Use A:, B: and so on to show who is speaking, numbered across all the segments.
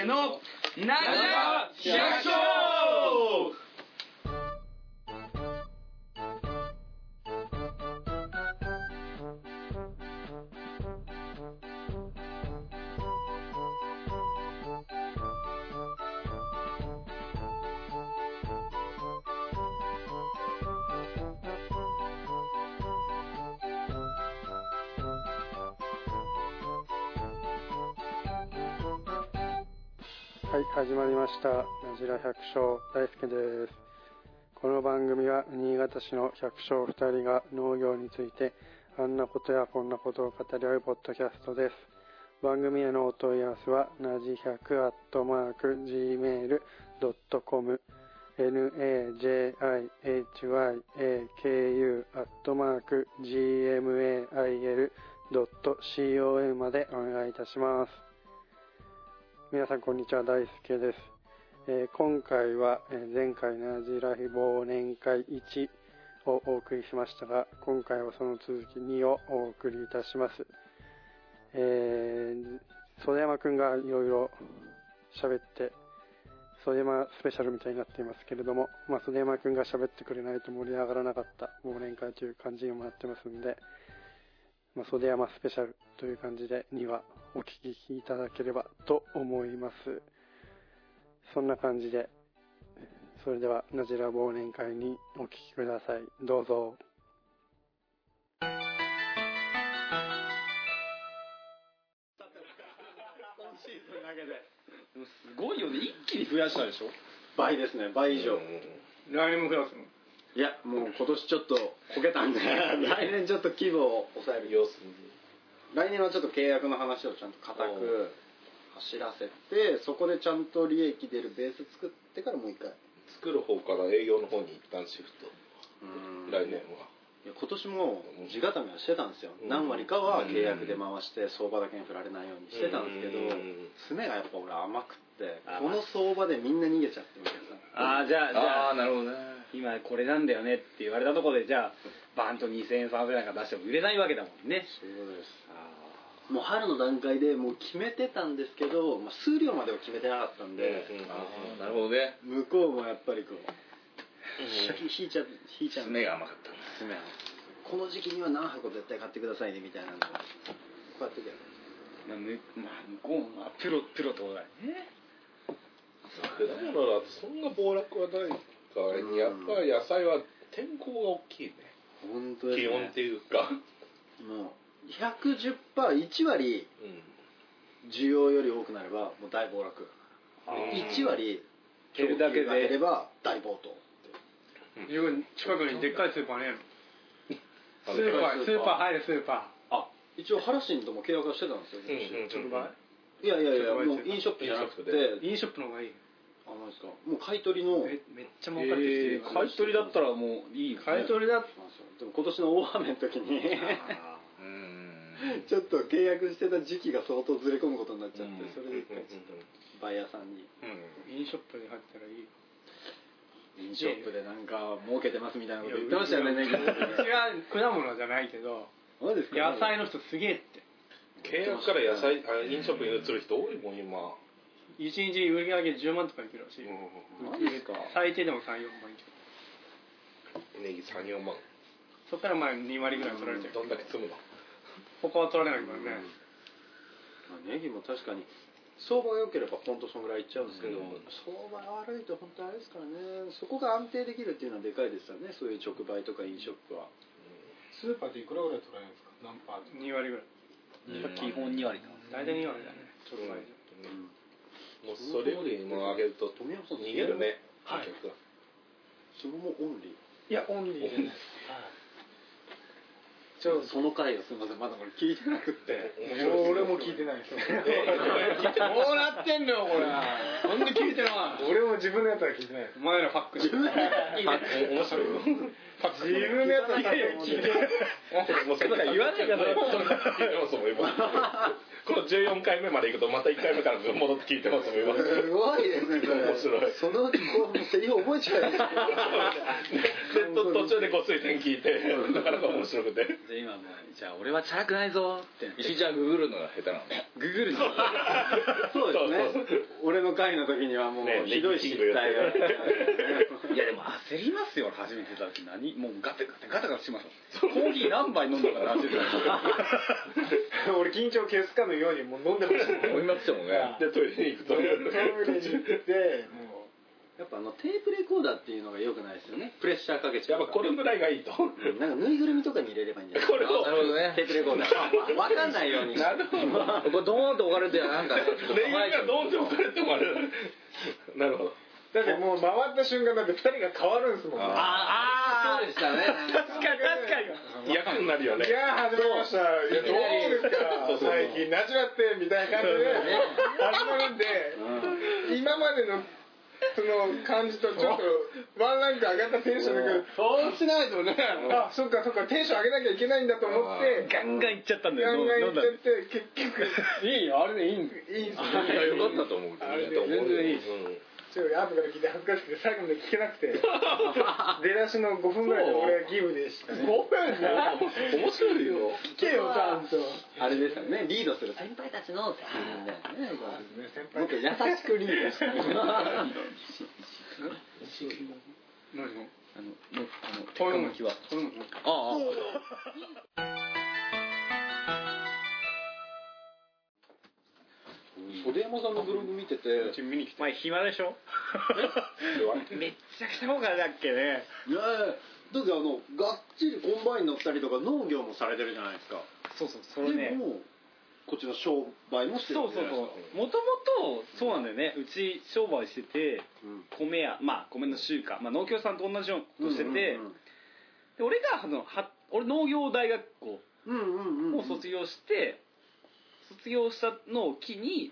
A: ーのなじら百姓。
B: はい、始まりました。なじら百姓、大輔です。この番組は新潟市の百姓2人が農業についてあんなことやこんなことを語り合うポッドキャストです。番組へのお問い合わせはなじ100@gmail.com najihyaku@gmail.com までお願いいたします。皆さんこんにちは、大輔です。今回は、前回なじらひ忘年会1をお送りしましたが、今回はその続き2をお送りいたします。袖山くんがいろいろ喋って、袖山スペシャルみたいになっていますけれども、袖山くんが喋ってくれないと盛り上がらなかった忘年会という感じにもなってますんで、袖山スペシャルという感じで2話お聞きいただければと思います。そんな感じで、それではなじら忘年会にお聞きください。どうぞ。
C: 今シーズンだけで。
A: すごいよね、一気に増やしたでしょ。
C: 倍ですね、倍以上。
A: 来年も増やすの？
C: いや、もう今年ちょっとこけたんで、来年ちょっと規模を抑える様子に。来年はちょっと契約の話をちゃんと固く走らせて、そこでちゃんと利益出るベース作ってからもう一回。
D: 作る方から営業の方に一旦シフト。来年は。
C: いや今年も地固めはしてたんですよ。何割かは契約で回して相場だけに振られないようにしてたんですけど、詰めがやっぱ俺甘くって、この相場でみんな逃げちゃってるわけです。
A: じゃあ
D: なるほどね。
A: 今これなんだよねって言われたところで、じゃあバンと2000円3000円なんか出しても売れないわけだもんね。
C: そういうことです。もう春の段階でもう決めてたんですけど、数量までは決めてなかったんで、
D: なるほどね。
C: 向こうもやっぱりこう引いちゃう。
D: 詰めが甘かったんだ。
C: 詰めこの時期には何箱絶対買ってくださいねみたいなのをこうやってくる。
A: 向こうもプロとだよね。
D: 果物だとそんな暴落はないからに、やっぱり野菜は天候が大きいね。
C: 本当ですね。
D: 気温っていうか
C: もう 110%1 割需要より多くなればもう大暴落、1割
A: 減るだけで
C: 減れば大暴騰。
B: 近くにでっかいスーパーねスーパー入るスーパ
C: ー。一応ハラシンとも契約はしてたんですよ。
B: 直売？
C: いやもう飲食店じゃなくて
B: 飲食の方がいい。
C: なんですか、もう買い取りの
B: めっちゃ儲かってきて、
A: 買い取りだったらもういいよね。
B: 買い取りだ。
C: でも今年の大雨の時にちょっと契約してた時期が相当ずれ込むことになっちゃって、それで一回ちょっとバイヤーさんに
B: 飲食店に入ったらいい。
C: 飲食店でなんか儲けてますみたいなこと言ってましたよね。うち
B: は果物じゃないけど、野菜の人すげえって。
D: 契約から野菜飲食に移る人多いもん今。
B: 1日売り上げ10万とかいくらしい。最低でも3、4万以上。
D: ネギ3、4万。
B: そっから2割ぐらい取られちゃう。
D: どんだけ積むの？
B: 他は取られないからね。
C: ネギも確かに相場が良ければ本当そのぐらいいっちゃうんですけど、相場が悪いと本当あれですからね。そこが安定できるっていうのはでかいですよね。そういう直売とか飲食は。
B: スーパーっていくらぐらい取られるんですか？何パー？ 2 割ぐらい。
A: 基本2割か。
B: 大体2割だね。直売所。
D: もうそれよりも上げると逃げるね。
C: はい。それもオンリー。
B: いやオンリーです。
C: その回がすみません、まだこれ聞いてなくって。
B: 俺も聞いてないです。どうなってんのよこれ。なんで聞いてない。俺も自分のやつは聞いてない。お前らファック。自分のやつは聞いてない。
D: もうそれ言わないからこの14回目まで行くとまた1回目から戻って聞いてますもん今。
C: すごいですね。
D: 面白い。
C: そのうちこうセリフ覚えちゃう。
D: 途中でごつい点聞いてなかなか面白くて。
A: じゃあ今もうじゃあ俺はチャラくないぞって
D: 石井ちゃんググるのが下手なの。
A: ググるの
C: そうですね。俺の回の時にはもうひどい失態が。
A: いやでも焦りますよ初めて出た時もうガタガタしますよ。コーヒー何杯飲んだから焦る。
B: 俺緊張消すかのようにもう飲んでました
D: 飲みまくってもね。でトイレに行くと。
B: トイレに行ってもう
C: やっぱテープレコーダーっていうのが良くないですよね。プレッシャーかけちゃう。
D: やっぱこれぐらいがいいと。
C: なんかぬいぐるみとかに入れればいいんじゃないですか。
D: これを。なるほどね。
C: テープレコーダー。わかんないように。
D: なるほど。
A: これドーンと置かれてなんか
D: レギュラーがドーンと置かれてもある。なるほど。
B: だってもう回った瞬間だって2人が変わるんですもんね。
C: そうでしたね。
A: 確かに
D: 役になるよね。
B: いや始めました。いやどうですか最近ナチュラってみたいな感じで始まるんで、今までのその感じとちょっとワンランク上がったテンションだけど、そうしないとね、あ、そっかテンション上げなきゃいけないんだと思って
A: ガンガンいっちゃったんだよ。
B: ガンガンいっちゃって結局
A: いいよあれでいいんだよ。
B: いいんですよ。
D: よかったと思う。
B: あれで
D: 全然いい。
B: 後から聞いて恥ずかしくて最後まで聞けなくて出だしの5分ぐらいで俺はギブでしたね。5分
D: 面白いよ。
B: 聞けよちゃんと。
C: あれですよね。リードする先輩たちのって言うんだよね。もっと優しくリードして。
A: こういうの気は。あ
C: 袖山さんのブログ見てて、
A: 前暇でしょ。めっちゃくちゃ豪華だっけね。
C: いやだってがっちりコンバイン乗ったりとか農業もされてるじゃないですか。
A: そうそれね。
C: でもこっちの商売もしてる。
A: そうもともとそうなんだよね。うち商売してて、米屋米の集荷、農協さんと同じようにしてて、で俺が俺農業大学校を卒業して卒業したのを機に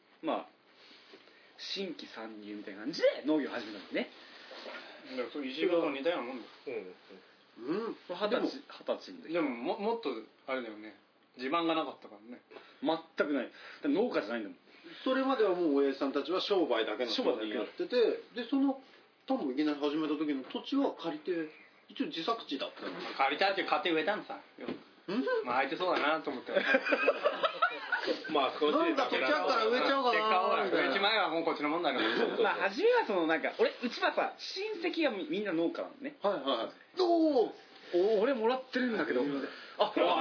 A: 新規参入みたいな感じで農業を始めたんですね。
B: だから石井と似たようなもんだ。
A: 20歳の時。
B: でももっとあれだよね。地盤がなかったからね。
A: 全くない。農家じゃないんだもん。
C: それまではもう親父さんたちは商売だけの人にやってて、でその多分いきなり始めた時の土地は借りて一応自作地だったんです。
B: 借りたって買って植えたんさ。空いてそうだなと思って。
C: なんか土地あったら植えちゃおうかなみたいな。
B: 植えちまえはもうこっちのもんだから。
A: 初めはうちはさ親戚がみんな農家なのね。俺もらってるんだけど。あり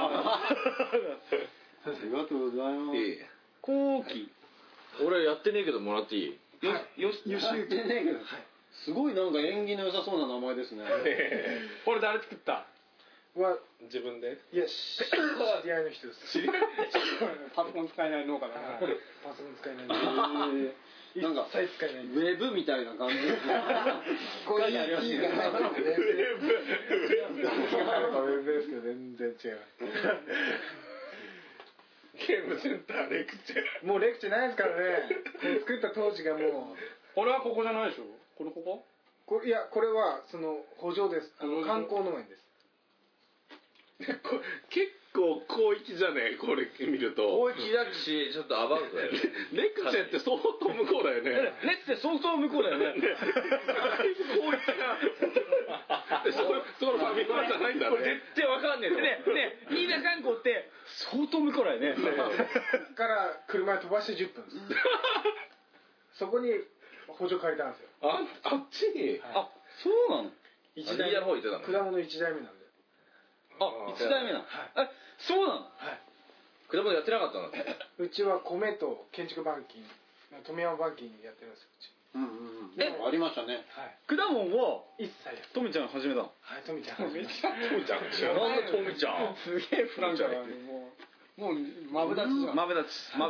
C: がとうございます。
A: 後期
D: 俺やってねえけどもらっていい？
C: よしやってねえけど。すごいなんか縁起の良さそうな名前ですね。
B: これ誰作った？は
D: 自分で？
B: いや知り合いの人です。パソコン使えない農家だから。パソコン使えない。
C: なんか
B: 一切使えない。
C: ウェブみたいな感じですね。こういうありますね。
B: ウェブですけど全然違う。
D: ゲームセンターレクチャー。
B: もうレクチャーないですからね。作った当時がもう。これはここじゃないでしょ。ここ？いやこれはその補助です。観光農園です。
D: 結構広域じゃねこれ見ると。広域だしちょっとアバウトだよね。レクチェって相当向こうだよね。
A: レクチェ相当向こうだよね。
D: 広域が。そこのファミマじゃないんだね。
A: これ絶対わかんねえね。新名観光って相当向こうだよね。
B: から車で飛ばして10分です。そこに補助借りたんですよ。
D: あっちに。
A: あ、そうなの？
B: 一台果物1台目なんで。
A: 1代目なの？そうなの？
D: 果物やってなかったの？
B: うちは米と建築板金、富山板金やってるんですよ。
C: ありましたね。
A: 果物は
B: 一切や
A: トミちゃんが始めたの？
B: はい、トミちゃん。
D: トミちゃん。なんでトミちゃん？
B: すげえフランクだね。もうマブダチじゃん。
A: マブ。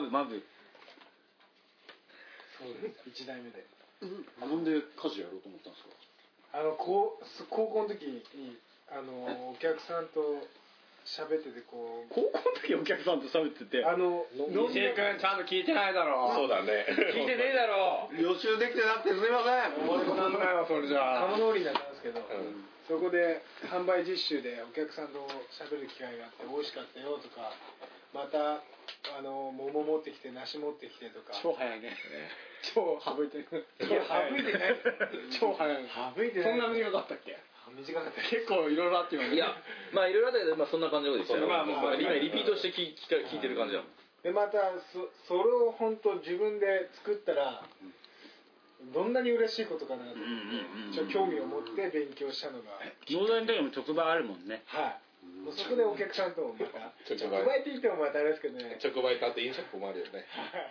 B: そうです。1代目で。
C: なんで家事やろうと思ったんですか？
B: 高校の時にお客さんと喋っててこう。
A: 高校の時お客さんと喋ってて。
B: 西井君ちゃんと聞いてないだろ。
D: そうだね。
B: 聞いてねえだろ。
C: 予習できてなくてすみません。
B: 俺もなんだよそれじゃあ。鴨農林だったんですけど、そこで販売実習でお客さんと喋る機会があって美味しかったよとか、また桃持ってきて梨持ってきてとか。
A: 超早いね。
B: 超省いてる。いや省いてない。超早い。省いてない。そんな短かったっけ？
E: 短かった。結構いろいろあって今ね。
D: いや、まあいろいろあったけど、まあそんな感じでしたよ。
E: まあ
D: 今リピートして聞いてる感じだ。
E: でまたそれを本当自分で作ったらどんなに嬉しいことかなと思って、ちょっと興味を持って勉強したのが。
A: 農大の時も直売あるもんね。
E: はい。もうそこでお客さんともまた直売って言ってもまたあれですけどね。
D: 直売とあって飲食もあるよね。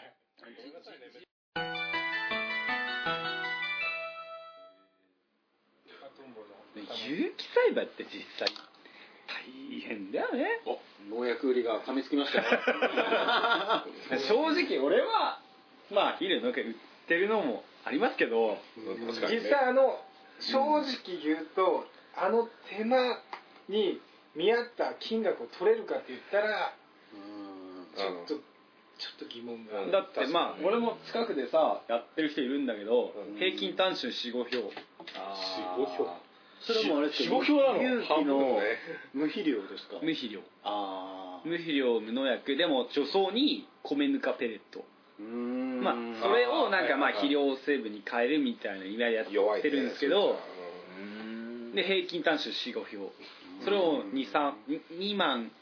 A: 有機栽培って実際大変だよね。
C: 農薬売りが噛みつきましたよ。
A: 正直俺はまあ肥料の売ってるのもありますけど、
E: 実際正直言うと手間に見合った金額を取れるかって言ったらちょっと疑問が。
A: だってまあ俺も近くでさやってる人いるんだけど、平均単種 4,5 票。
C: 4,5票。
A: それもあれですよ。
C: 4,5票なの？
A: 有機の
C: 無肥料ですか？
A: 無肥料。
C: 無
A: 肥料無農薬でも除草に米ぬかペレット。まあそれをなんかまあ肥料成分に変えるみたいな意味合いでやってるんですけど、で平均単種 4,5 票。それを2万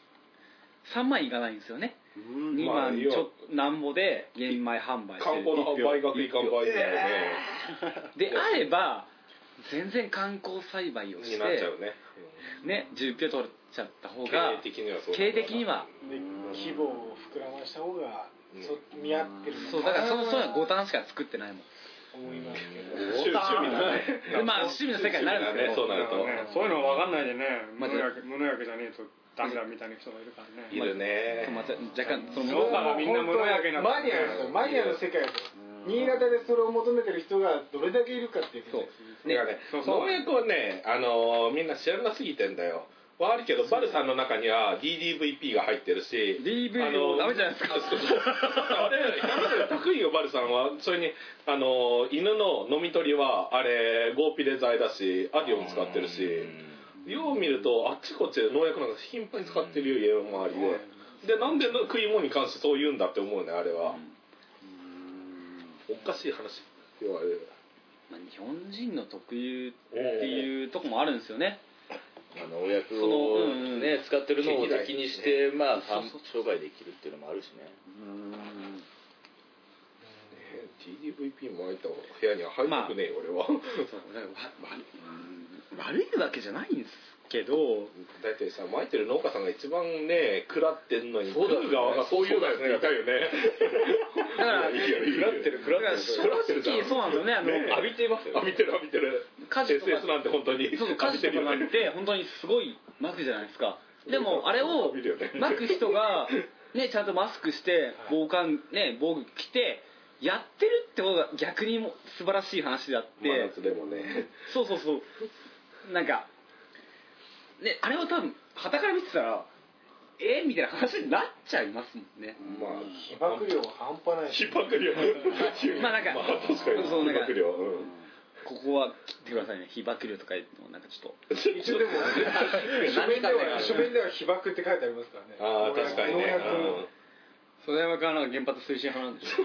A: 3万いかないんですよね。2万ちょっとなんぼで玄米販売してる。
D: 観光の倍額以下倍だよね。
A: であれば全然観光栽培をして
D: になっちゃうね。
A: ね、10票取っちゃった方が
D: 経営的にはそう。
A: 経営的には
E: 規模を膨らました方が見合ってるのかな。
A: そうだからそういうのは5単しか作ってないもん。
E: 思いますけど。
D: 趣味だね。
A: まあ趣味の世界になるんですけど、
D: そうなると
B: そういうの分かんないでね、無農薬じゃねえとダメだみたいな人がいるからね。
D: いるね。
A: 若干その
B: 農家がみんな無農薬になって
E: マニアの世界ですよ。新潟でそれを求めてる人がどれだけいるかっていうことですね。
D: 農薬はね、みんな知らなすぎてんだよ。悪いけどバルさんの中には DDVP が入ってるし、
A: DV ダメじゃないですか。
D: あれ得意よバルさんは。それに犬の飲み取りはあれゴーピレ剤だしアディオン使ってるし、よう見るとあっちこっちで農薬なんか頻繁に使ってるよ家の周りで。でなんで食い物に関してそう言うんだって思うねあれは。おかしい話言われる。
A: 日本人の特有っていうとこもあるんですよね。
F: 農薬をね使ってるのを敵にしてまあ商売できるっていうのもあるしね。
D: TDVP も入った部屋には入りたくねえ俺は。
A: 悪いわけじゃないんですけど、
D: だってさ巻いてる農家さんが一番ね食らってんのに食う側がそういうのやついたよね。
A: だから
D: 食らってる
A: 正直そうなんですよね。
D: 浴びてますよ。浴びてる
A: 果樹とか
D: SS なんて本当に
A: そう果樹とかなんて本当にすごい巻くじゃないですか。でもあれを巻く人がねちゃんとマスクして防具着てやってるってことが逆にも素晴らしい話であって、
D: 真夏でもね。
A: そうなんかねあれを多分傍から見てたらみたいな話になっちゃいますもんね。
D: まあ
E: 被曝量は半端ない。
D: 被曝量。
A: まあなんか
D: 確かに被曝量。
A: ここは切ってくださいね。被曝量とか言ってもなんかちょっと。
E: 一応でも書面では被曝って書いてありますからね。
D: ああ確かにね。
B: 袖山から原発推進派なんでしょ。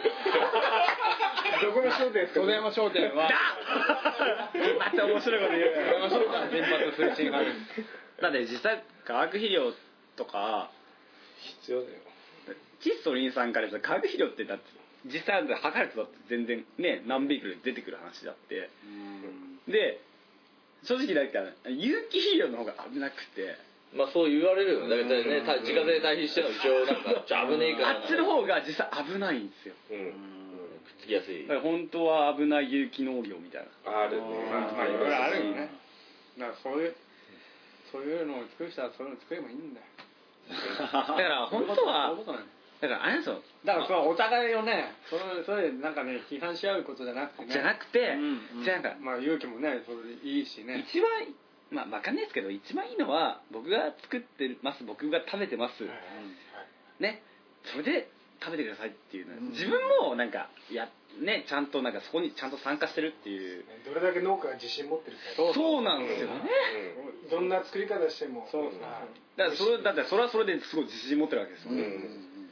E: どこの商店ですか？
B: 袖山商店は
A: また面白いこと言う。
B: 袖山商店は原発推進派です。
A: だって実際化学肥料とか
D: 必要だよ。
A: 窒素リン酸から化学肥料ってだって実際測るとだって全然ね何ベクレル出てくる話であって、で正直なんか有機肥料の方が危なくて。
F: まあそう言われるよね。だいたいね自家製対比しての一応なんか危ねえから。
A: あっちの方が実際危ないんですよ。
F: くっつきやすい。
A: 本当は危ない有機農業みたいな。
D: あるね。
B: まあいろいろあるよね。だからそういうのを作る人はそういうの作ればいいんだよ。
A: だから本当はだからあれですよ。
B: だからそのお互いをねそれでなんかね批判し合うことじゃなくてね。
A: じゃなくて、なんか
B: まあ勇気もねそれでいいしね。
A: 一番まあわかんないですけど一番いいのは僕が作ってます僕が食べてます、ねそれで食べてくださいっていうの、自分もなんかねちゃんとなんかそこにちゃんと参加してるっていう。
E: どれだけ農家が自信持ってるか。
A: そうなんですよね。
E: どんな作り方しても。
A: だからそれはそれですごい自信持ってるわけですよね。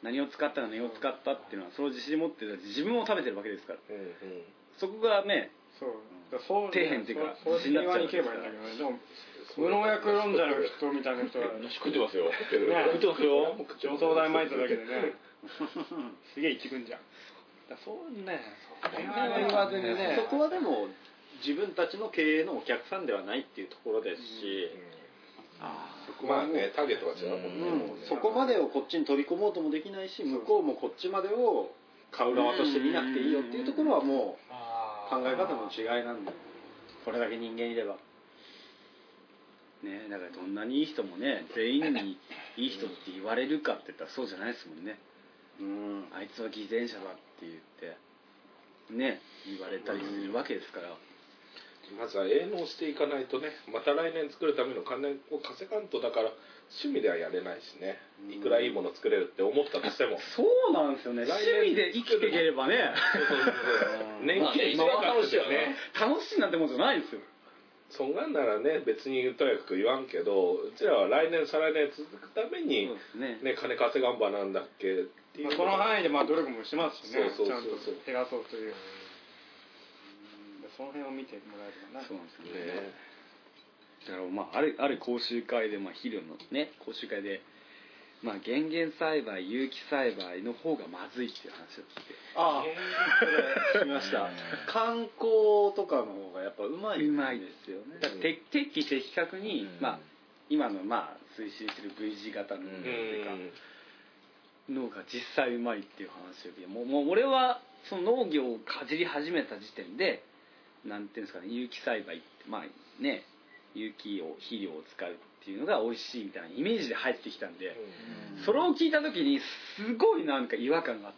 A: 何を使ったっていうのはそれを自信持って自分も食べてるわけですから、そこがね
B: そう
A: 底辺っていうか
B: 自信になっちゃうんですから。でも無農薬論者の人みたいな人は
F: 食ってますよ。
B: 食ってますよ。上等代巻いただけでね。すげえ生きるんじゃん。そうね。
C: そこはでも自分たちの経営のお客さんではないっていうところですし、
D: まあね、ターゲットが違うもんね。
C: そこまでをこっちに飛び込もうともできないし、向こうもこっちまでを買う側として見なくていいよっていうところはもう考え方の違いなんで、これだけ人間いれば
A: ね。だからどんなにいい人もね、全員にいい人って言われるかって言ったらそうじゃないですもんね。あいつは偽善者だって言ってね、言われたりするわけですから、
D: まずは営農していかないとね、また来年作るための金を稼がんと、だから趣味ではやれないしね、いくらいいもの作れるって思ったとしても、
A: そうなんですよね。趣味で生きていければね、
D: 年金一番楽しいよね。
A: 楽しいなんてもんじゃないですよ。
D: そんなんならね、別にとやかく言わんけど、うちらは来年再来年続くために、ね、金稼がんばなんだっけっていう、
B: その範囲で努力もしますしね、
D: そう
B: ちゃんと減らそうという、その辺を見てもらえればな。
A: そうなんですよね。だからある講習会で、肥料のね講習会で、減原栽培有機栽培の方がまずいっていう話を聞いて、
C: それ聞きました。観光とかの方がやっぱうまい
A: ですよね。だから適宜的確に、今の推進してる V 字型のっていうかのが実際うまいっていう話を聞いて、もう俺はその農業をかじり始めた時点で、なんていうんですかね、有機栽培って有機肥料を使うっていうのが美味しいみたいなイメージで入ってきたんで、それを聞いた時にすごいなんか違和感があって、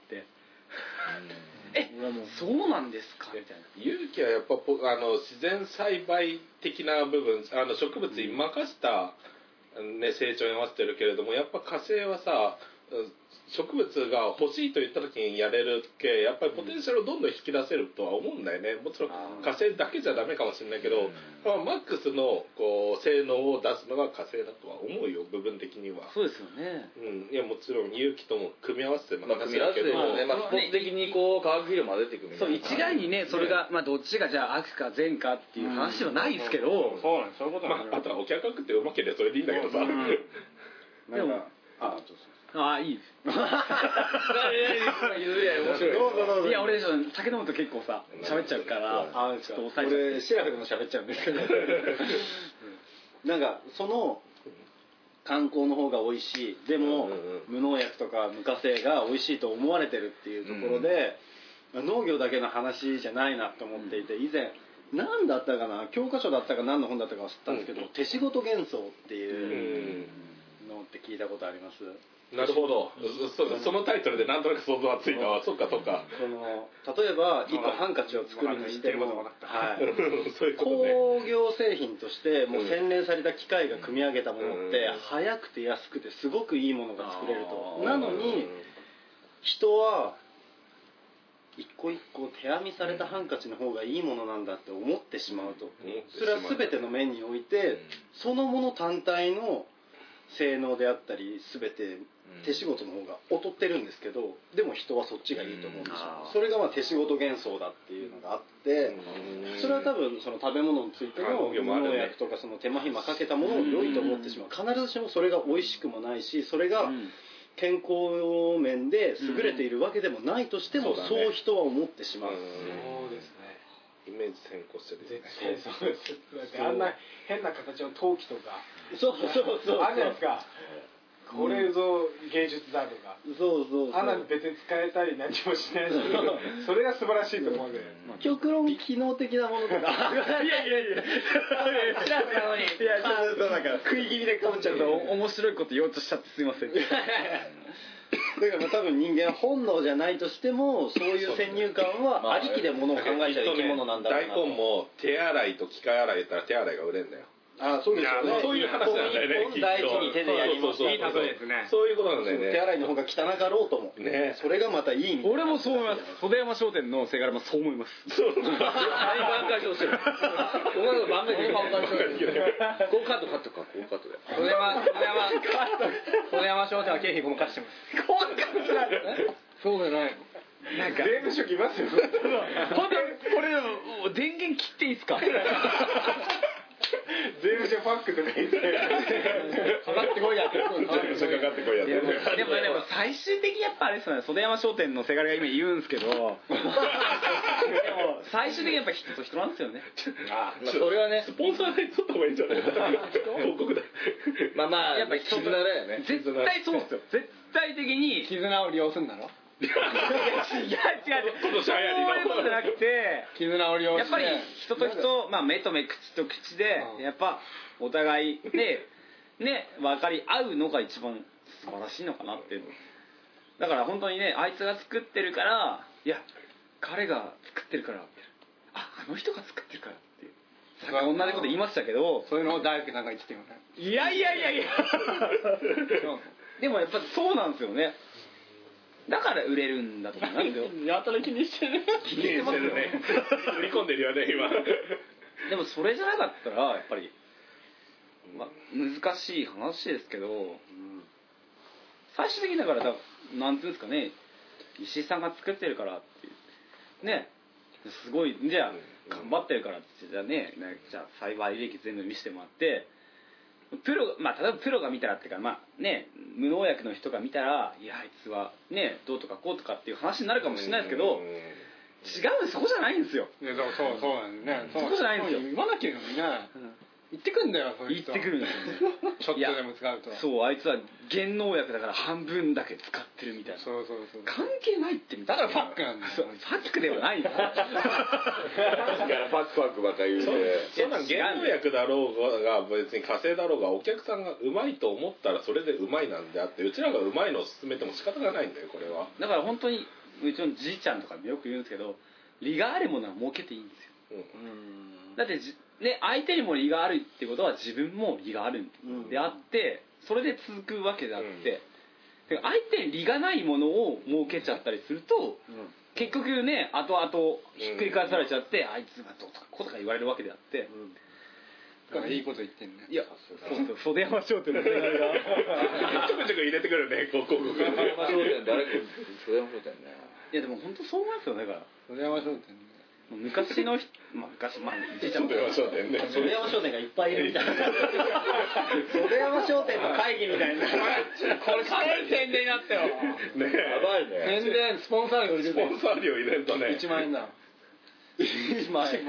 A: そうなんですかみたいな。
D: 有機はやっぱ自然栽培的な部分、植物に任せた、成長に合わせてるけれども、やっぱ火星はさ、植物が欲しいと言った時にやれるっけ、やっぱりポテンシャルをどんどん引き出せるとは思うんだよね。もちろん火星だけじゃダメかもしれないけど、マックスの性能を出すのが火星だとは思うよ、部分的には。
A: そうですよね。
D: いやもちろん有機とも組み合わせて
F: 組み合わせてね、スポーツ的に化学肥料混ぜていくみたいな。
A: そう一概にね、それがどっちがじゃあ悪か善かっていう話はないですけど、
B: そういうことなんですよ。
D: あとはお客が食ってうまければそれでいいんだけどさ。
A: でもいいです。いや俺酒飲むと結構さ喋っちゃうから、ちょっと抑えちゃって。
C: 俺シラフでも喋っちゃうんですけど、なんかその観光の方が美味しい、でも無農薬とか無化成が美味しいと思われてるっていうところで、農業だけの話じゃないなと思っていて、以前何だったかな、教科書だったか何の本だったか忘れたんですけど、手仕事幻想っていうのって聞いたことあります？
D: なるほど、そのタイトルでなんとなく想像はついたわ。そっかそっか。
C: 例えば一個ハンカチを作るにしても、
D: そういうことね、
C: 工業製品としてもう洗練された機械が組み上げたものって早くて安くてすごくいいものが作れると。なのに人は一個一個手編みされたハンカチの方がいいものなんだって思ってしまうと。それは全ての面においてそのもの単体の性能であったり全て手仕事の方が劣ってるんですけど、でも人はそっちがいいと思うんですよ。それが手仕事幻想だっていうのがあって、それは多分その食べ物についての無農薬とかその手間暇かけたものを良いと思ってしまう。必ずしもそれが美味しくもないし、それが健康面で優れているわけでもないとしても、そう人は思ってしまう。
E: そうですね。
D: イメージ先行してる、
E: 絶対そうです。あんな変な形の陶器とか
C: そう
E: あるじゃないですか。これぞ芸術だとか、あんなに別に使えたり何もしないし、それが素晴らしいと思うんで、
C: 極論機能的なものとか、いや知らなのに、そうなんか食い気味でかぶっちゃうと
A: 面白いこと言おうとしちゃってすいません。だ
C: から多分人間本能じゃないとしても、そういう先入観はありきでものを考えちゃう生き物なんだろうな。
D: 大根も手洗いと機械洗い言ったら手洗いが売れんだよ。
C: あ、そうですよね。
D: そういう話なんだよね。
C: 本大事に手でやります。
D: いい例えですね。そういうことなんだよね。
C: 手洗いの方が汚かろうとも。ね。それがまたいい。
A: 俺もそう思います。袖山商店のせがれもそう思います。
F: そう。挽回してほしい。お前が挽回してる。こうカットか。こうカットで。
E: 袖山商店は経費ごまかしてます。
A: ごまかしてない。
E: そうじゃない。
A: なんか
E: 税務署来ますよ。
A: 本当これ電源切っていいですか？
E: 税務署ファックとか言ってかかってこいやって。
D: かかってこいやって。
A: でも最終的にやっぱあれですよね。袖山商店のせがれが今言うんですけど、でも最終的にやっぱ人と人なんですよね。
F: それはね、
D: スポンサーで取った方がいいんじゃない？広告だ。
F: まあやっぱ絆だよね。
A: 絶対そうですよ。絶対的に
E: 絆を利用するんだろ。
A: 違うそういうことじゃなくて、
E: 絆を利用して
A: やっぱり人と人、まあ目と目口と口でやっぱお互いでね分かり合うのが一番素晴らしいのかなっていうの。だから本当にね、あいつが作ってるから、いや彼が作ってるから、あの人が作ってるからっていう。さっき同じこと言いましたけど、
E: そういうのを大工さんが言ってたよね。
A: いやでもやっぱそうなんですよね。だから売れるんだと思うんですよ。
C: やたら気にしてる。
D: 気にしてるね。売り込んでるよね今。
A: でもそれじゃなかったらやっぱり、まあ、難しい話ですけど、最終的にだからなんていうんですかね、石井さんが作ってるからっていうね、すごいじゃあ頑張ってるからってじゃあね、じゃあ栽培履歴全部見せてもらって。まあ、例えばプロが見たらっていうか、まあね、無農薬の人が見たら、いやあいつはねどうとかこうとかっていう話になるかもしれないですけど、違う、そこじゃないんですよ。
E: いやそうなんだよね。
A: そこじゃないんですよ。
E: 言わなきゃいいのにね。言ってくんだよ。
A: 言ってくるんですよね。
E: ちょっとでも使うと。
A: そう、あいつは原農薬だから半分だけ使ってるみたいな。
E: そう。
A: 関係ないって
E: だからファックなんだよ。
A: ファックではないんだよ。
F: だからファックばっかり言うて。
D: そんなん原農薬だろうが別に火星だろうがお客さんがうまいと思ったらそれでうまいなんであって、うちらがうまいのを勧めても仕方がないんだよこれは。
A: だから本当にうちのじいちゃんとかもよく言うんですけど、利があるものは儲けていいんですよ。だってね、相手にも利があるってことは自分も利があるんであって、それで続くわけであって、相手に利がないものを儲けちゃったりすると、結局ね後々ひっくり返されちゃって、あいつがどうとかこうとか言われるわけであって、
E: だからいいこと言ってんね。
A: いやそう袖山商店の手紙が
D: ちょくちょく入れてくるね広告。
F: 袖山商店誰か袖山商店ね。
A: いやでも本当そう思いますよ。だから
E: 袖山商店ね。
A: 昔の人、じいちゃんも
D: 袖山商店ね。
C: 袖山商店がいっぱいいるみたいな。袖山商店の会議みたいな。
E: これかなり宣伝になったよ。
D: ね
F: やばいね。
E: 宣伝スポンサー料入れて
D: スポンサー料入れるとね。
E: 1万円だ。
A: 1万円。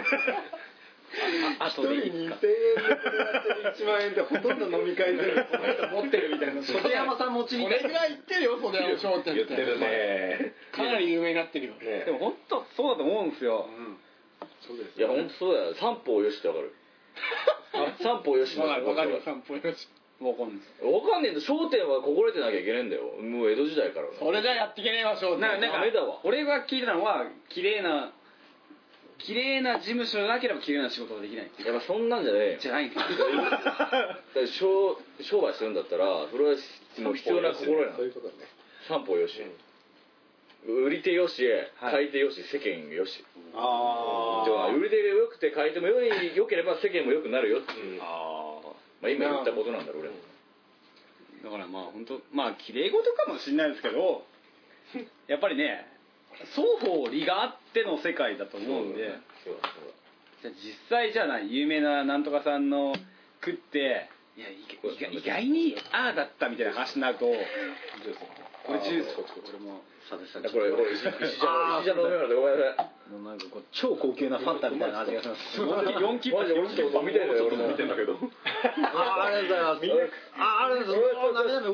C: 1人2000円でやってる1万円でほとんど飲み会全部この人持ってるみたいな。袖山さん持ちみたいな。
E: それぐらい言ってるよ袖山商店って。
D: 言ってるね。
E: かなり有名になってるよ。
A: でも本当そうだと思うんですよ。
C: そうです。
F: いや本当そうだよ。三方よしってわかる？三方よし。
E: わかるよ三方よし。
A: わかんないです。
F: わかんねえんだ。商店は心得てなきゃいけないんだよ。もう江戸時代から。
E: それじゃやっていけねえわ商店。
A: なんか
F: ダメだわ。
A: 俺が聞いたのは綺麗な事務所がなければ綺麗な仕事ができないっていう。
F: やっぱそんなんじゃねえよ。
A: じゃないんですよ。
F: 商売するんだったらそれはもう必要な心得なの。
C: そういうことね。
F: 三方よし。売り手よし、買い手よし、世間よし。売り手が良くて買い手も良ければ世間も良くなるよっていう。まあ今言ったことなんだろう俺。
A: だからまあ本当綺麗事かもしれないですけど、やっぱりね双方利があっての世界だと思うんで、じゃあ実際じゃない有名ななんとかさんの食っていや意外にああだったみたいな話になると、これジュース俺も
F: これ石じゃ飲めようごめんなさい。
A: もうなんかこう超高級なファンタみたいな味がします。4キッ
F: マジで俺ちょっと見てるよ俺も
D: 見てんだけど。
C: ありがとうございます。ありがとうございます。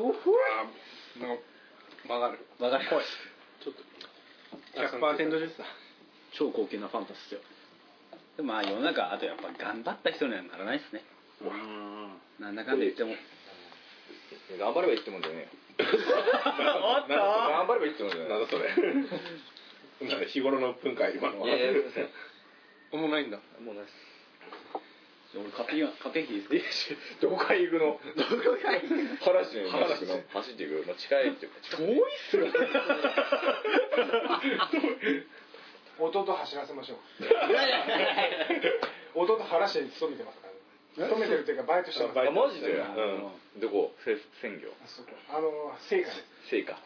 E: わかる。
A: わかります。
E: ちょっと 100% ジュースだ。
A: 超高級なファンタっすよ。でも世の中あとやっぱ頑張った人にはならないですね。なんだかんだ言っても
F: 頑張ればいいってもんだよね。
A: おっと
F: 頑張ればいいってもんだよね。
D: なんだそれ。なんか日頃の文化今のは。
E: もうないんだ。
F: もうないっす。
A: 俺買ってきていいですか？
F: どこから行くの？原市に走っていく。まあ近いっていうか
A: 遠いっすよね。
E: 弟走らせましょう。弟原市に勤めてますからね。勤めてるっていうかバイトしてます。
F: あ、マジで？どこ？鮮魚。
E: 成果です。
F: 成果か。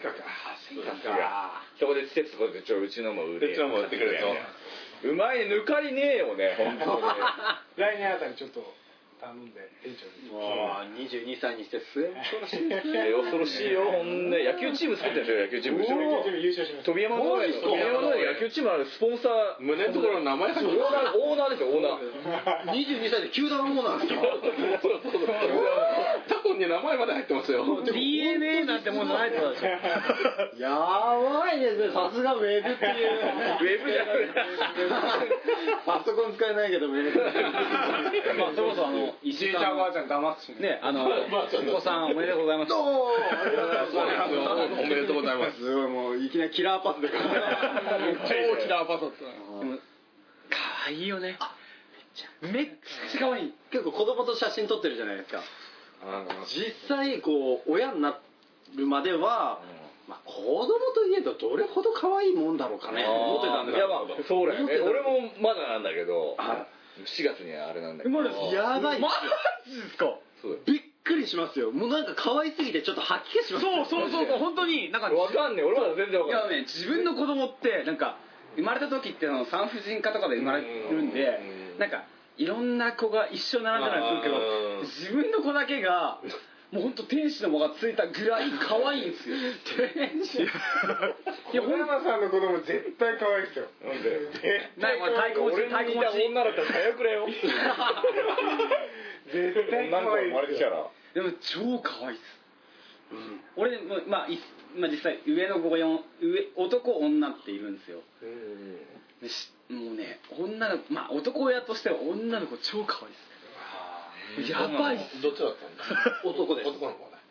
D: か。
F: そこで季節とかでうちのも売れ。
D: うちのも売ってくれると。
F: うまい抜かりねえよね、本当に。
E: 来年あたりちょっと頼んで店長に。
C: 22歳にして末恐ろしいですね。
F: 恐ろしいよ、ほんで。野球チーム作ってるんですよ、野球チーム。
E: 優勝しました。
F: 飛山の野球チームあるスポンサー。
D: 胸のところの名前が
F: オーナーですよ、オーナー。
C: 22歳で球団のオーナーですよ。
D: タコに名前まで入ってますよ。
A: DNA なんてものないってことでしょ。
C: やばいですね、さすがウェブっていう。
F: ウェブじゃない。
C: パソコン使えないけどウェブ。
A: まあそれこそ
E: 石井ちゃんおばあちゃん騙すし
A: ね、お子さんおめでとうございます。
C: おめでとうございます。すごい、もういきなりキラーパスで超キラーパスだった。
A: 可愛いよね。めっちゃ可愛い。
C: 結構子供と写真撮ってるじゃないですか。実際こう親になるまでは、まあ、子供といえどどれほど可愛いもんだろうかね思ってたんだけど。
F: いや、まあそうだよね。俺もまだなんだけど、4月にあれなんだけど。
C: やばい。
A: マジですか？
C: びっくりしますよ。もうなんか可愛すぎてちょっと吐き気します。
A: そう本当になんか
F: わかんねえ。俺まだ全然わかんない。
A: いやね、自分の子供ってなんか生まれた時って産婦人科とかで生まれるんで、なんかいろんな子が一緒に並んでたりするけど、自分の子だけがもう本当天使の藻がついたぐらい可愛いんですよ。天使。い
E: や、小山さんの子供絶対可愛いですよ。なんで？
F: 俺に似た女だったら早くれよ。
E: 絶対可愛い。
A: でも超可愛いです。俺まあ実際上の子が男女っているんですよ。もうね、女の子、まあ男親としては女の子超可愛いです。やばいっす。
D: どっちだったんだ？
C: 男です。
D: 男の子だ。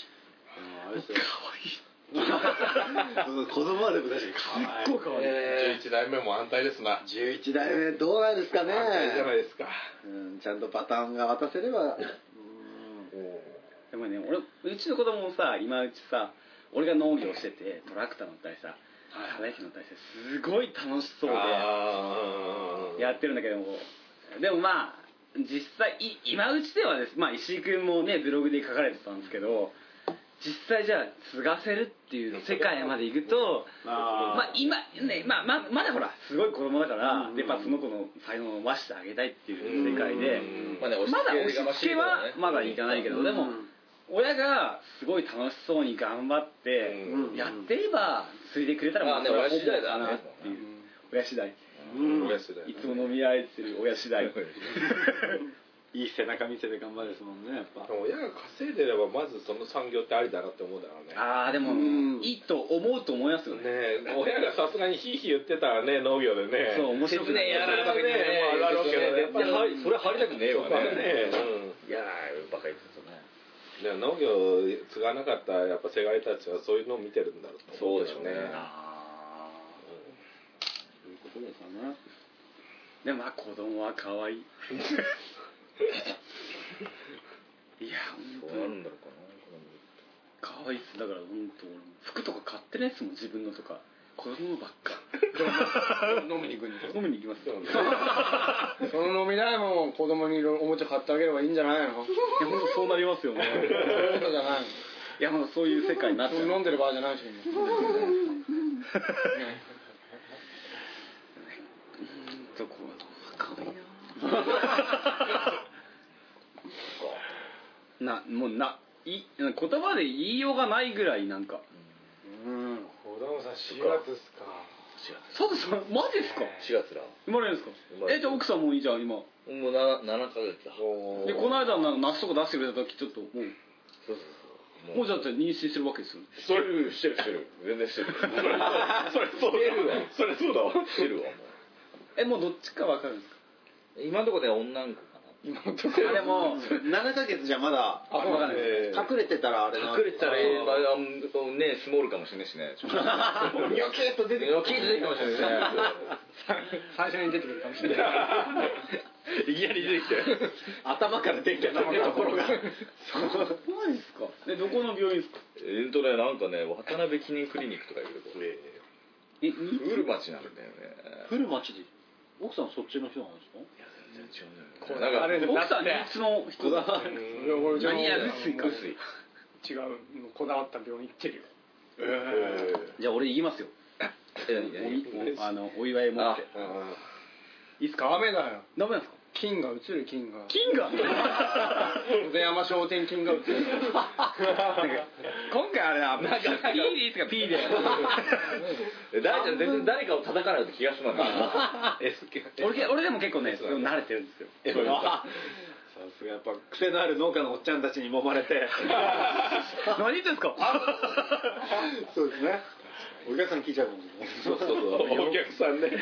A: 可愛い。
C: 子供はでも確かに
A: すっごい可愛い。
D: 11代目も安泰ですな。
C: 11代目どうなんですかね。
D: 安泰じゃないですか。
C: ちゃんとパターンが渡せれば。
A: でもね、うちの子供もさ、今うちさ、俺が農業しててトラクター乗ったりさ、田植え機乗ったりしてすごい楽しそうでやってるんだけども、でもまあ実際今うちではです、まあ石井君もねブログで書かれてたんですけど、実際じゃあ継がせるっていう世界まで行くと、まあ今ね、まだほらすごい子供だから、やっぱその子の才能を伸ばしてあげたいっていう世界で、まだ押し付けはまだいかないけど、でも親がすごい楽しそうに頑張ってやってれば継いでくれたら、
F: まあね、親次第だな
A: っていう。親次第。
D: 親次第。
A: いつも飲み会ってる親次第。
C: いい背中見せて頑張るですもんね、やっぱ。
D: 親が稼いでればまずその産業ってありだなって思うだろうね。
A: でもいいと思うと思いますよね。
D: 親がさすがにヒーヒー言ってたらね、農業でね。
A: そう、面白くね
F: やられた時にね、あるけどね、それ張りたくねえわね。いやー、バカ言ってたね。
D: 農業継がなかったやっぱせがれたちはそういうのを見てるんだろうと思う。
F: そうでしょうね。
C: そういうことですよね。
A: でもまあ子供は可愛い。いや
F: そうなるんだろうかな。
A: 可愛いっす。だから本当服とか買ってないっすもん、自分のとか。子供ばっか。
E: 飲みに行くんですよ。
A: 飲みに行きますよ。
E: その飲み代も子供にいろいろおもちゃ買ってあげればいいんじゃないの？いや
A: 本当そうなりますよね。
E: そういうことじゃないの。
A: いやもうそういう世界になっちゃう。
E: 飲んでる場合じゃないし。
A: どこ可愛いな。もう言葉で言いようがないぐらいなんか。
E: 小田さん4月っすか。
A: そうですか。マジですか。
F: 4月だ。
A: 生まれるんですか。じゃあ奥さんもいいじゃん今。
F: もう7ヶ月だ。
A: でこの間夏とか出してくれた時ちょっともう。
F: そう
A: もうじゃあ妊娠してるわけですよ。
F: してる全然してる。
D: それそうだわ。
F: してるわ
A: もうどっちかわかるんですか。
F: 今のところで女の子かな。
A: 今のところでも
C: 7ヶ月じゃまだ
A: 分かんない。
C: 隠れてたらあれな。
F: 隠れてたらね、スモールかもしれないしね。
E: ニョキッと出てくる。
F: ニョキッと出てくるかもしれないしね。
B: 最初に出てくるかもしれない
F: いきなり出てきて
C: 頭から出てきたところが
A: そうなんですか。でどこの病院ですか。
F: なんかね渡辺記念クリニックとかいうとこ古町なんだよね。
C: 古町で奥さんそっちの人なんですか。
F: いや全然違うんだよ。
B: あれ
A: 奥さん認知の人だ。何や薄いか。
B: 違うこだわった病院行ってるよ。
A: じゃあ俺言いますよ。お祝い持って。いいっすか。
B: ダメだよ。
A: ダメなんですか。
B: 金が映る金が
A: 袖山商店金が映る今回あれはなんか P でいいですか P で
F: 大ちゃん全然誰かを叩かないと気が済まない
A: 俺でも結構ね慣れてるんですよ。
C: さすがやっぱ癖のある農家のおっちゃんたちに揉まれて
A: 何言ってんすか。
C: そうですね。お客さん聞いちゃうかもしれない。
D: そうお客さんね。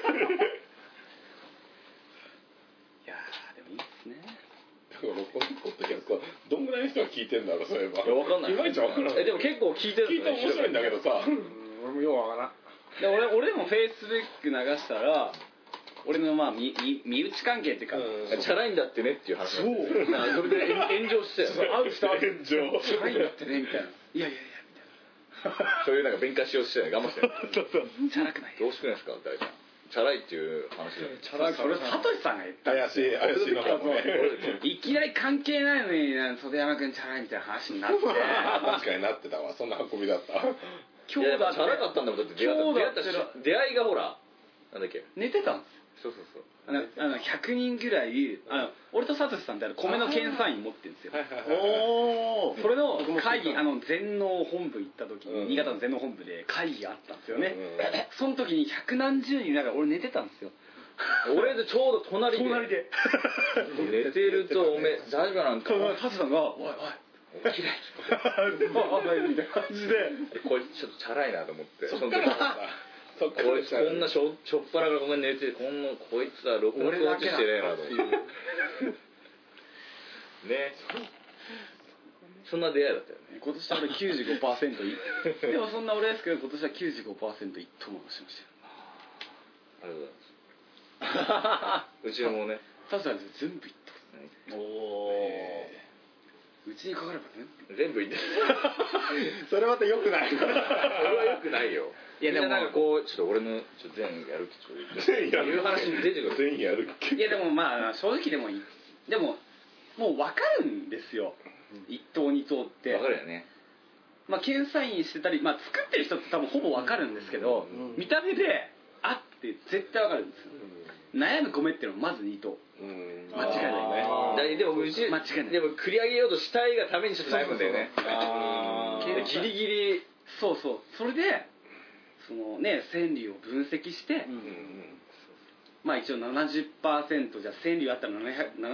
D: このポッドキャストどんぐらいの人が聞いてんだろう。そういえば
F: 分かんない。
D: いまいち分からない。
F: でも結構聞いてる。
D: 聞いて面白いんだけどさ。
B: 俺もようわからん。
A: で俺でもフェイスブック流したら俺のまあ身内関係っていうか
F: チャラいんだってねっていう話。そうそれで炎上してたよ。
D: 会う人炎上
A: チャラいんだってねみたいな。いやみたいな。
F: そういうなんか弁解しようとしてない。我慢してる。
A: チャラくない。
F: どうしてないですか大ちゃん。チャラいっていう話だよ。
A: チャラいそれサトシさんが言った。
D: 怪しいのかもね。
A: いきなり関係ないのに袖山君チャラいみたいな話になって。
D: 確かになってたわ。そんな運びだった。
F: 今日だってチャラかったんだもん。だって出会いがほらなんだっけ
A: 寝てたんですよ。
F: そう
A: 100人ぐらい俺とサトシさんって米の検査員持ってるんですよ。それの会議全農本部行った時に新潟の全農本部で会議があったんですよね。その時に百何十人いながら俺寝てたんですよ。
F: 俺でちょうど隣で寝てるとおめ大丈夫なんか
A: サトシさんが「おい起きれ」みたいな感じで
F: こいつちょっとチャラいなと思って。
D: そっから
F: こんなしょっぱらがごめん寝てこいつは録音してねえなと思ってね。そんな出会いだったよね。
A: 今年は俺 95% でもそんな俺ですけど今年は 95% 一等もしましたよ。
F: ありがとうございます。うちもね
A: サトシさん全部いった。うちにかかればね
F: 全部いって
C: それまた良くない。
F: それは良くないよ。
A: いやでも
F: なんかこうちょっと俺の全やる気いう話に出てくる。
D: 全員やる気。
A: いやでもまあ正直でももう分かるんですよ。一等二等って
F: 分かるよね。
A: まあ検査員してたり作ってる人って多分ほぼ分かるんですけど見た目であって絶対分かるんですよ。悩む米っていうのはまず二等。間違いないね。
F: でもうち
A: 間違いない。
F: でも繰り上げようとしたいがためにちょっと悩むんだよね。ギリギリ
A: そうそれでそのね川柳を分析してまあ一応 70% じゃあ川柳あったら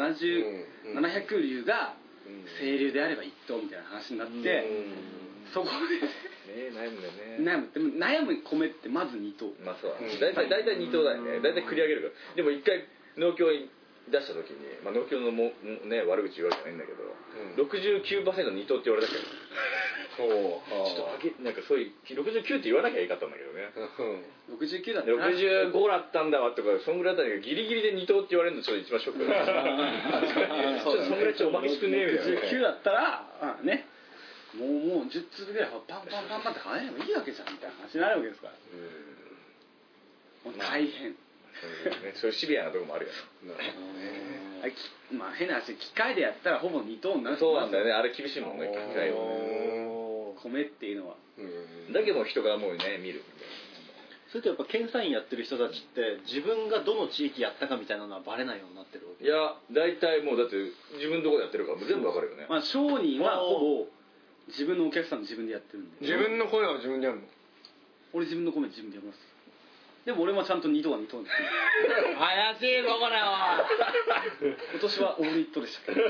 A: 700流が清流であれば一等みたいな話になってそこで
F: 悩むんだよね。
A: でも悩む米ってまず二等。
F: まあそうだ大体二等だよね。大体繰り上げるから。でも一回農協に出した時に農協のね悪口言うわけじゃないんだけど 69% 二等って言われたけどちょっとなんかそういう69って言わなきゃいいかったんだけどね。
A: 69だったら
F: 65だったんだわとかそんぐらいだったんだけどギリギリで二等って言われるのちょっと一番ショックだったそんぐらいちょっとおまけしくねえみたいな
A: 69だったらねもう10粒ぐらいパンパンって跳ねればいいわけじゃんみたいな話になるわけですからもう大変
F: そういうシビアなとこもあるよね。
A: まあ変な話機械でやったらほぼ2トンになる。
F: そうなんだよね。あれ厳しいもんね機械
A: 米っていうのは
F: だけど人がもうね見る。
C: それとやっぱ検査員やってる人たちって自分がどの地域やったかみたいなのはバレないようになってるわけ。
F: いや大体もうだって自分のとこでやってるから全部わかるよね。
A: まあ商人はほぼ自分のお客さん自分でやってるんで。
B: 自分の声は自分でやるの？
A: 俺自分の米自分でやります。でも俺もちゃんと2等は2等です。
C: 怪しいぞこれは。
A: 今年はオール1等でしたけど。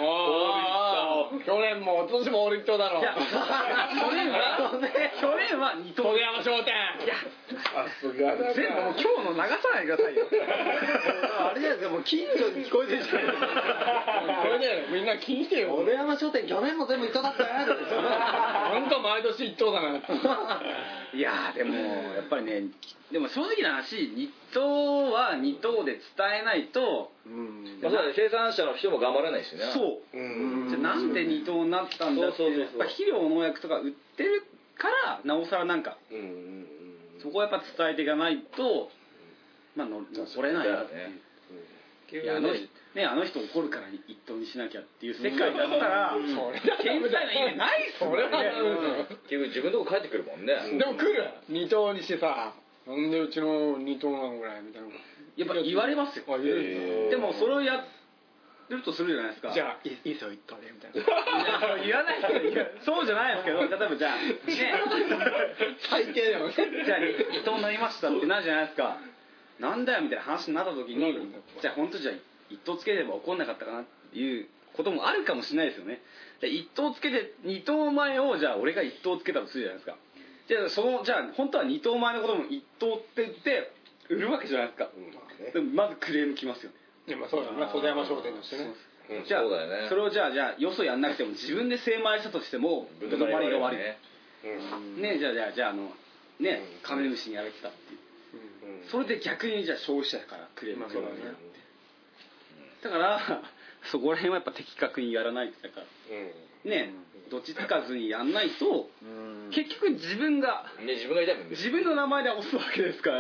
B: 去年も今年もオール1等だろ。
A: いや去年は2等。
B: 袖山商店。
A: いや
D: さすがだな。
A: 全部もう今日の流さないでくださいよ。
C: あれじゃないですか、もう近所に聞こえてるじゃないですか。
E: これね、みんな聞いてよ。
C: 小出山商店去年も全部一等だったよ。
E: なんか毎年一等だな。
A: いやーでもやっぱりね、でも正直な話、2等は2等で伝えないと、
F: まあ、そうだね、生産者の人も頑張らないしね。
A: そう、じゃあなんで2等になったんだって、やっぱ肥料農薬とか売ってるからなおさらなんか、そこはやっぱ伝えていかないと、まあ残れないよね。いやあの人怒るから1等にしなきゃっていう世界だったら検査の意味ないっすもんね。
F: 結局自分のとこ帰ってくるもんね。
E: でも来る2等にしてさ、なんでうちの2等なのぐらいみたいな。
A: やっぱ言われますよ。でもそれをやるとするじゃないですか。
E: じゃあいいっすよ1等でみたいな。
A: 言わないそうじゃないですけど、例えばじゃあね
E: 最低だよね。
A: じゃあ2等になりましたってなるじゃないですか。なんだよみたいな話になった時に、じゃあ本当じゃあ1等つければ怒んなかったかなっていうこともあるかもしれないですよね。1等つけて2等前をじゃあ俺が1等つけたとするじゃないですか。じゃあ本当は2等前のことも1等って言って売るわけじゃないですか。でもまずクレームきますよね。
E: いやまあそうだね、小田山商店としてね。
A: じゃあそれをじゃあよそやんなくても自分で精米したとしてもぶどまりが悪いね。じゃあねカメムシにやられてたっていう、それで逆にじゃあ消費者からクレームが来るわけだって、だからそこら辺はやっぱ的確にやらないと、だからねどっちつかずにやんないと結局自分が痛いもんね、自分の名前で押すわけですから。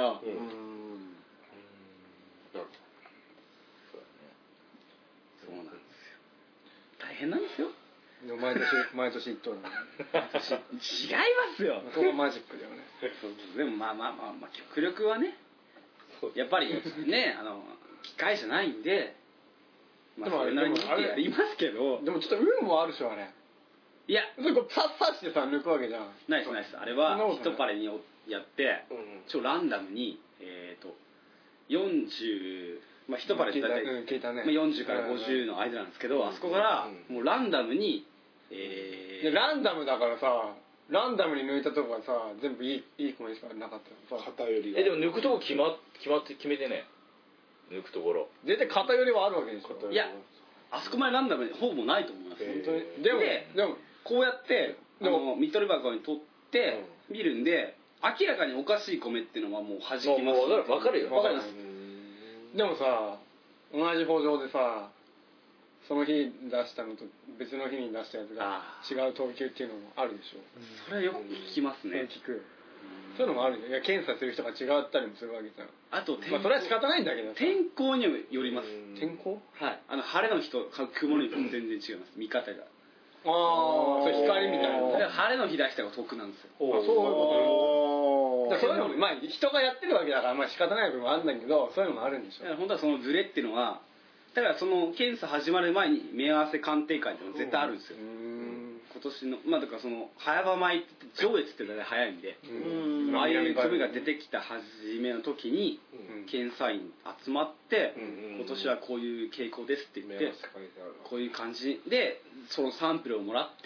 A: そうなんですよ、大変なんですよ。
E: でも毎年1等なの。
A: 違いますよ。
E: そこがマジックだよね。
A: でもまあ極力はねやっぱりね機械じゃないんで、まあそれなりにやりますけど、
E: でもちょっと運もあるでしょあれ。いやそれこう刺してさ抜くわけじゃん。
A: ナイスあれは一パレにやって超ランダムに40、まあ一パレって大体40から50の間なんですけど、あそこからもうランダムに
E: ランダムだからさ、ランダムに抜いたとこがさ全部いい米しかなかったらさ、
D: 偏りが
F: でも抜くとこ決めてね、抜くところ
E: 絶対偏りはあるわけでしょ。
A: いやあそこまでランダムにほぼないと思います。
E: 本当に。でも
A: こうやってミッドレバーに取って見るんで、明らかにおかしい米っていうのはもう弾きます。
F: もう分かるよ。
A: 分かります。
E: でもさ同じ包丁でさその日出したのと別の日に出したやつが違う等級っていうのもあるでしょ。
A: それはよく聞きますね。
E: 聞く。そういうのもあるよ。いや検査する人が違ったりもするわけじゃん。
A: あと
E: まあそれは仕方ないんだけど。
A: 天候にもよります。
E: 天候？
A: はい。晴れの日と曇りの日と全然違います。見方が。
E: ああ、そう光みたいな。
A: 晴れの日出した方が得なんですよ。
E: あ、そういうこと。そういうのもまあ人がやってるわけだからまあ仕方ない部分もあるんだけど、そういうのもあるんでしょ。
A: 本当はそのズレっていうのは、だからその検査始まる前に目合わせ鑑定会っていうのが絶対あるんですよ。今年のまあだからその早場米って上越って大体早いんで、ああいう米が出てきた初めの時に検査員集まって、今年はこういう傾向ですって言って、こういう感じでそのサンプルをもらって、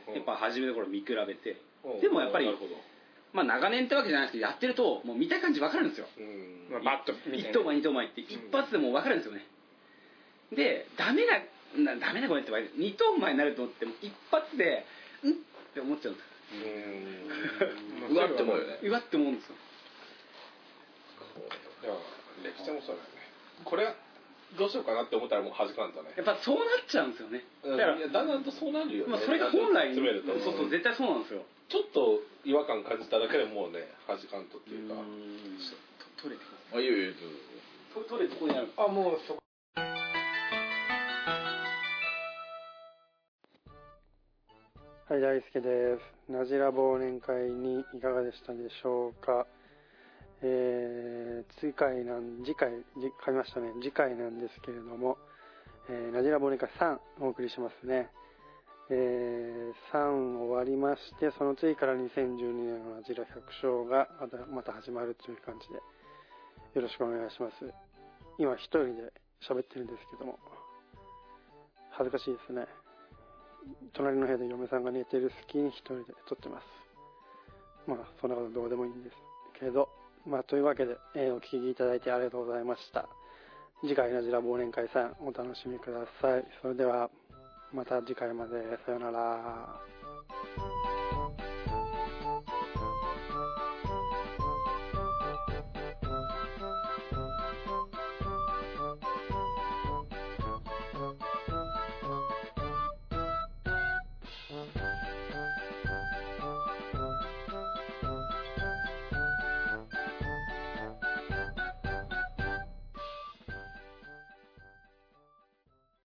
A: やっぱ初めの頃見比べて、でもやっぱりまあ長年ってわけじゃないですけど、やってるともう見た感じ分かるんですよ。
E: バッと
A: 1等前2等前って一発でもう分かるんですよね。でダメな米って2等前になると思っても一発でって思っちゃうんですよ。
F: うわって思うよね。
A: うわって思うんですよ。
D: いや歴史もそうだよね。これどうしようかなって思ったらもう弾かんとね。
A: やっぱそうなっちゃうんですよね。だから
D: だんだんとそうなるよね。
A: まあそれが本来
D: 詰めると
A: そう絶対そうなんですよ。
D: ちょっと違和感感じただけでもうね弾かんとっていうか。
A: 取れてます。
F: あ、いいよ。
A: 取れてここにある。
E: あ、もうそこ。
B: はい、大輔です。ナジラ忘年会にいかがでしたでしょうか。次回なんですけれども、ナジラ忘年会3お送りしますね。3終わりまして、その次から2012年のナジラ100勝がまた始まるという感じでよろしくお願いします。今一人で喋ってるんですけども恥ずかしいですね。隣の部屋で嫁さんが寝てる隙に一人で撮ってます。まあそんなことどうでもいいんですけど、 というわけで、お聞きいただいてありがとうございました。次回のジラ忘年会さんお楽しみください。それではまた次回まで。さようなら。